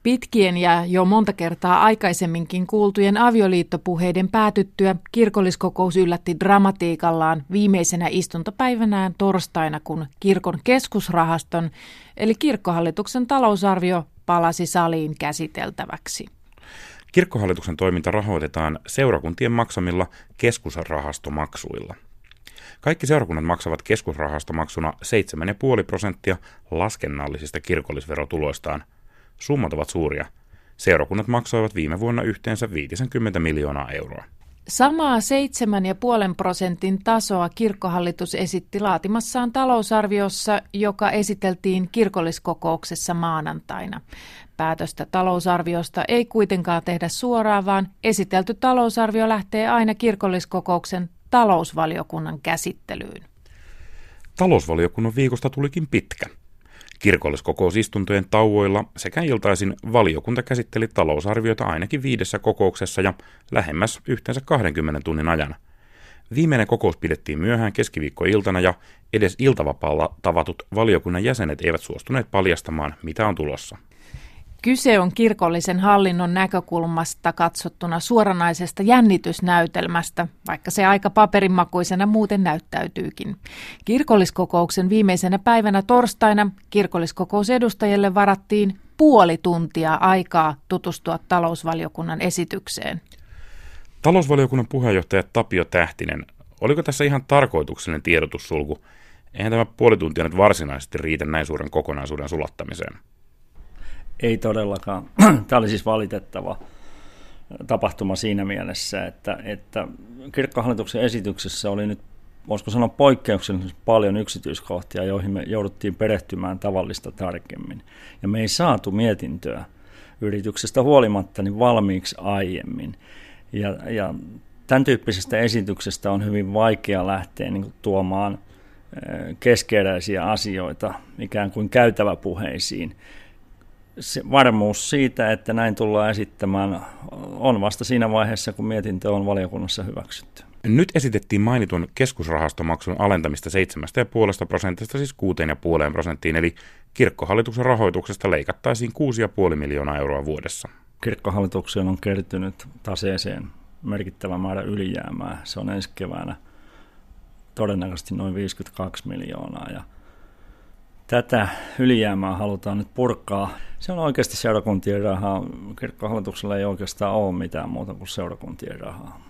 Pitkien ja jo monta kertaa aikaisemminkin kuultujen avioliittopuheiden päätyttyä kirkolliskokous yllätti dramatiikallaan viimeisenä istuntopäivänään torstaina, kun kirkon keskusrahaston eli kirkkohallituksen talousarvio palasi saliin käsiteltäväksi. Kirkkohallituksen toiminta rahoitetaan seurakuntien maksamilla keskusrahastomaksuilla. Kaikki seurakunnat maksavat keskusrahastomaksuna 7,5% laskennallisista kirkollisverotuloistaan. Summat ovat suuria. Seurakunnat maksoivat viime vuonna yhteensä 50 miljoonaa euroa. Samaa 7,5% tasoa kirkkohallitus esitti laatimassaan talousarviossa, joka esiteltiin kirkolliskokouksessa maanantaina. Päätöstä talousarviosta ei kuitenkaan tehdä suoraan, vaan esitelty talousarvio lähtee aina kirkolliskokouksen talousvaliokunnan käsittelyyn. Talousvaliokunnan viikosta tulikin pitkä. Kirkolliskokousistuntojen tauoilla sekä iltaisin valiokunta käsitteli talousarviota ainakin 5 kokouksessa ja lähemmäs yhteensä 20 tunnin ajan. Viimeinen kokous pidettiin myöhään keskiviikkoiltana ja edes iltavapaalla tavatut valiokunnan jäsenet eivät suostuneet paljastamaan, mitä on tulossa. Kyse on kirkollisen hallinnon näkökulmasta katsottuna suoranaisesta jännitysnäytelmästä, vaikka se aika paperinmakuisena muuten näyttäytyykin. Kirkolliskokouksen viimeisenä päivänä torstaina kirkolliskokousedustajille varattiin puoli tuntia aikaa tutustua talousvaliokunnan esitykseen. Talousvaliokunnan puheenjohtaja Tapio Tähtinen, oliko tässä ihan tarkoituksellinen tiedotussulku? Eihän tämä puoli tuntia nyt varsinaisesti riitä näin suuren kokonaisuuden sulattamiseen. Ei todellakaan. Tämä oli siis valitettava tapahtuma siinä mielessä, että kirkkohallituksen esityksessä oli nyt, voisiko sanoa, poikkeuksellisesti paljon yksityiskohtia, joihin me jouduttiin perehtymään tavallista tarkemmin. Ja me ei saatu mietintöä yrityksestä huolimatta niin valmiiksi aiemmin. Ja tämän tyyppisestä esityksestä on hyvin vaikea lähteä niin kuin tuomaan keskeeräisiä asioita ikään kuin käytäväpuheisiin. Se varmuus siitä, että näin tullaan esittämään, on vasta siinä vaiheessa, kun mietintö on valiokunnassa hyväksytty. Nyt esitettiin mainitun keskusrahastomaksun alentamista 7,5%, siis 6,5%, eli kirkkohallituksen rahoituksesta leikattaisiin 6,5 miljoonaa euroa vuodessa. Kirkkohallitukseen on kertynyt taseeseen merkittävä määrä ylijäämää. Se on ensi keväänä todennäköisesti noin 52 miljoonaa ja tätä ylijäämää halutaan nyt purkaa. Se on oikeasti seurakuntien rahaa. Kirkkohallituksella ei oikeastaan ole mitään muuta kuin seurakuntien rahaa.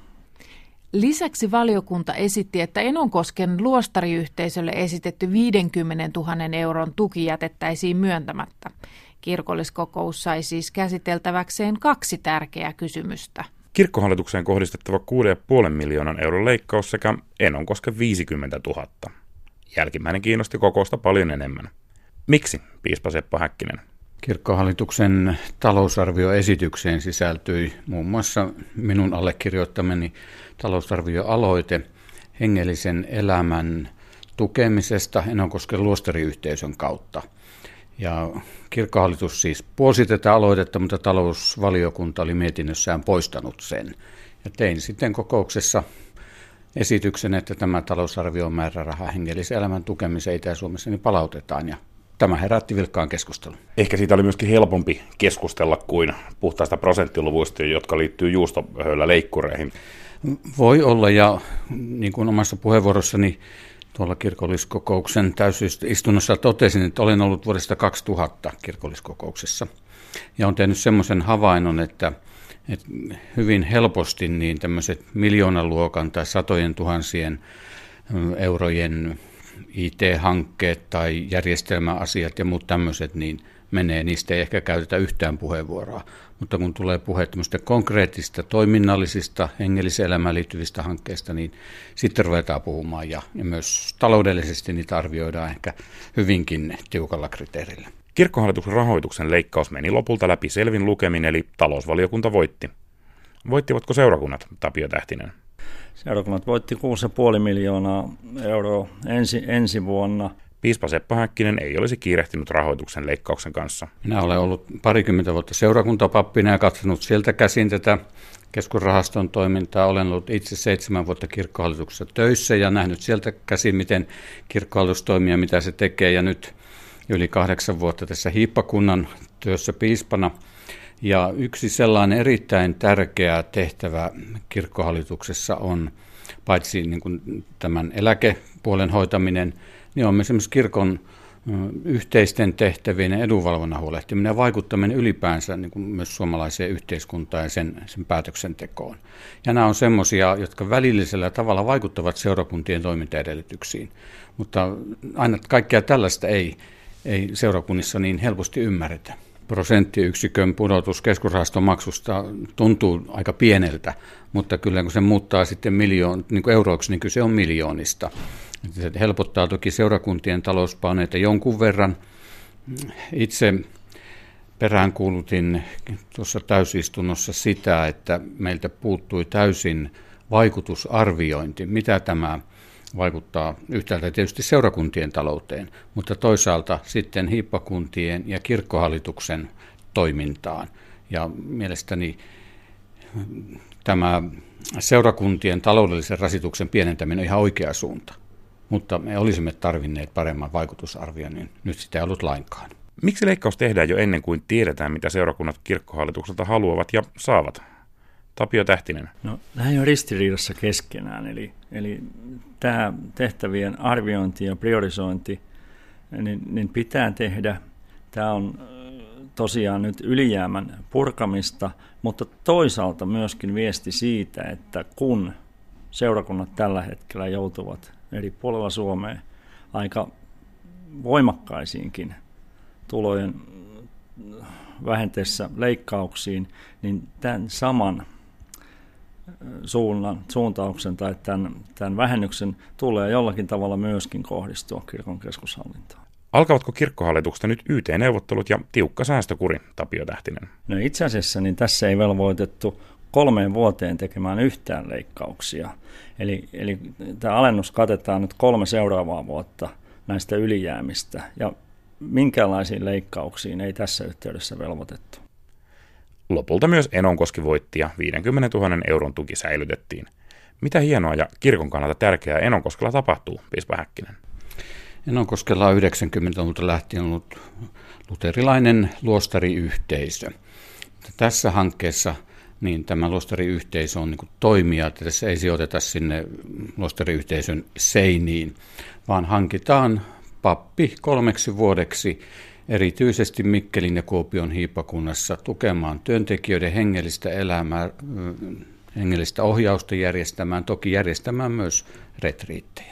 Lisäksi valiokunta esitti, että Enonkosken luostariyhteisölle esitetty 50 000 euron tuki jätettäisiin myöntämättä. Kirkolliskokous sai siis käsiteltäväkseen 2 tärkeää kysymystä. Kirkkohallitukseen kohdistettava 6,5 miljoonan euron leikkaus sekä Enonkosken 50 000. Jälkimmäinen kiinnosti kokousta paljon enemmän. Miksi, piispa Seppo Häkkinen? Kirkkohallituksen talousarvioesitykseen sisältyi muun muassa minun allekirjoittamani talousarvioaloite hengellisen elämän tukemisesta Enonkosken luostariyhteisön kautta. Ja kirkkohallitus siis puolsi tätä aloitetta, mutta talousvaliokunta oli mietinnössään poistanut sen. Ja tein sitten kokouksessa esityksen, että tämä talousarvion määräraha hengellisen elämän tukemiseen Itä-Suomessa niin palautetaan, ja tämä herätti vilkkaan keskustelun. Ehkä siitä oli myöskin helpompi keskustella kuin puhtaista prosenttiluvuista, jotka liittyy juustohöyläleikkureihin. Voi olla, ja niin kuin omassa puheenvuorossani tuolla kirkolliskokouksen täysistunnossa totesin, että olen ollut vuodesta 2000 kirkolliskokouksessa, ja olen tehnyt semmoisen havainnon, että hyvin helposti niin tämmöiset miljoonaluokan tai satojen tuhansien eurojen IT-hankkeet tai järjestelmäasiat ja muut tämmöiset niin menee, niistä ei ehkä käytetä yhtään puheenvuoroa. Mutta kun tulee puhe tämmöistä konkreettista, toiminnallisista, hengelliseen elämään liittyvistä hankkeista, niin sitten ruvetaan puhumaan ja myös taloudellisesti niitä arvioidaan ehkä hyvinkin tiukalla kriteerillä. Kirkkohallituksen rahoituksen leikkaus meni lopulta läpi selvin lukemin, eli talousvaliokunta voitti. Voittivatko seurakunnat, Tapio Tähtinen? Seurakunnat voitti 6,5 miljoonaa euroa ensi vuonna. Piispa Seppo Häkkinen ei olisi kiirehtinyt rahoituksen leikkauksen kanssa. Minä olen ollut 20 vuotta seurakuntapappina ja katsonut sieltä käsin tätä keskusrahaston toimintaa. Olen ollut itse 7 vuotta kirkkohallituksessa töissä ja nähnyt sieltä käsin, miten kirkkohallitus toimii ja mitä se tekee. Ja nyt yli 8 vuotta tässä hiippakunnan työssä piispana. Ja yksi sellainen erittäin tärkeä tehtävä kirkkohallituksessa on, paitsi niin kuin tämän eläkepuolen hoitaminen, niin on esimerkiksi kirkon yhteisten tehtävien ja edunvalvonnan huolehtiminen ja vaikuttaminen ylipäänsä niin kuin myös suomalaiseen yhteiskuntaan ja sen päätöksentekoon. Ja nämä on semmoisia, jotka välillisellä tavalla vaikuttavat seurakuntien toimintaedellytyksiin, mutta aina kaikkea tällaista ei seurakunnissa niin helposti ymmärretä. Prosenttiyksikön pudotus keskusrahaston maksusta tuntuu aika pieneltä, mutta kyllä kun se muuttaa sitten niin kuin euroiksi, niin kyse on miljoonista. Se helpottaa toki seurakuntien talouspaineita jonkun verran. Itse peräänkuulutin tuossa täysistunnossa sitä, että meiltä puuttui täysin vaikutusarviointi, mitä tämä vaikuttaa yhtäältä tietysti seurakuntien talouteen, mutta toisaalta sitten hiippakuntien ja kirkkohallituksen toimintaan. Ja mielestäni tämä seurakuntien taloudellisen rasituksen pienentäminen on ihan oikea suunta. Mutta me olisimme tarvinneet paremman vaikutusarvioinnin, nyt sitä ei ollut lainkaan. Miksi leikkaus tehdään jo ennen kuin tiedetään, mitä seurakunnat kirkkohallitukselta haluavat ja saavat? Tapio Tähtinen. No, nämä on ristiriidassa keskenään, eli tämä tehtävien arviointi ja priorisointi niin pitää tehdä. Tämä on tosiaan nyt ylijäämän purkamista, mutta toisaalta myöskin viesti siitä, että kun seurakunnat tällä hetkellä joutuvat eri puolilla Suomea aika voimakkaisiinkin tulojen vähenteessä leikkauksiin, niin tämän saman suuntauksen tai tämän vähennyksen tulee jollakin tavalla myöskin kohdistua kirkon keskushallintoon. Alkavatko kirkkohallituksesta nyt YT-neuvottelut ja tiukka säästökuri, Tapio Tähtinen? No itse asiassa niin tässä ei velvoitettu 3 vuoteen tekemään yhtään leikkauksia. Eli tämä alennus katetaan nyt 3 seuraavaa vuotta näistä ylijäämistä ja minkäänlaisiin leikkauksiin ei tässä yhteydessä velvoitettu. Lopulta myös Enonkoski voitti ja 50 000 euron tuki säilytettiin. Mitä hienoa ja kirkon kannalta tärkeää Enonkoskella tapahtuu, piispa Häkkinen? Enonkoskella on 90-luvulta lähtien ollut luterilainen luostariyhteisö. Tässä hankkeessa niin tämä luostariyhteisö on niin kuin toimija, että tässä ei sijoiteta sinne luostariyhteisön seiniin, vaan hankitaan pappi 3 vuodeksi erityisesti Mikkelin ja Kuopion hiippakunnassa tukemaan työntekijöiden hengellistä elämää, hengellistä ohjausta järjestämään, toki järjestämään myös retriittejä.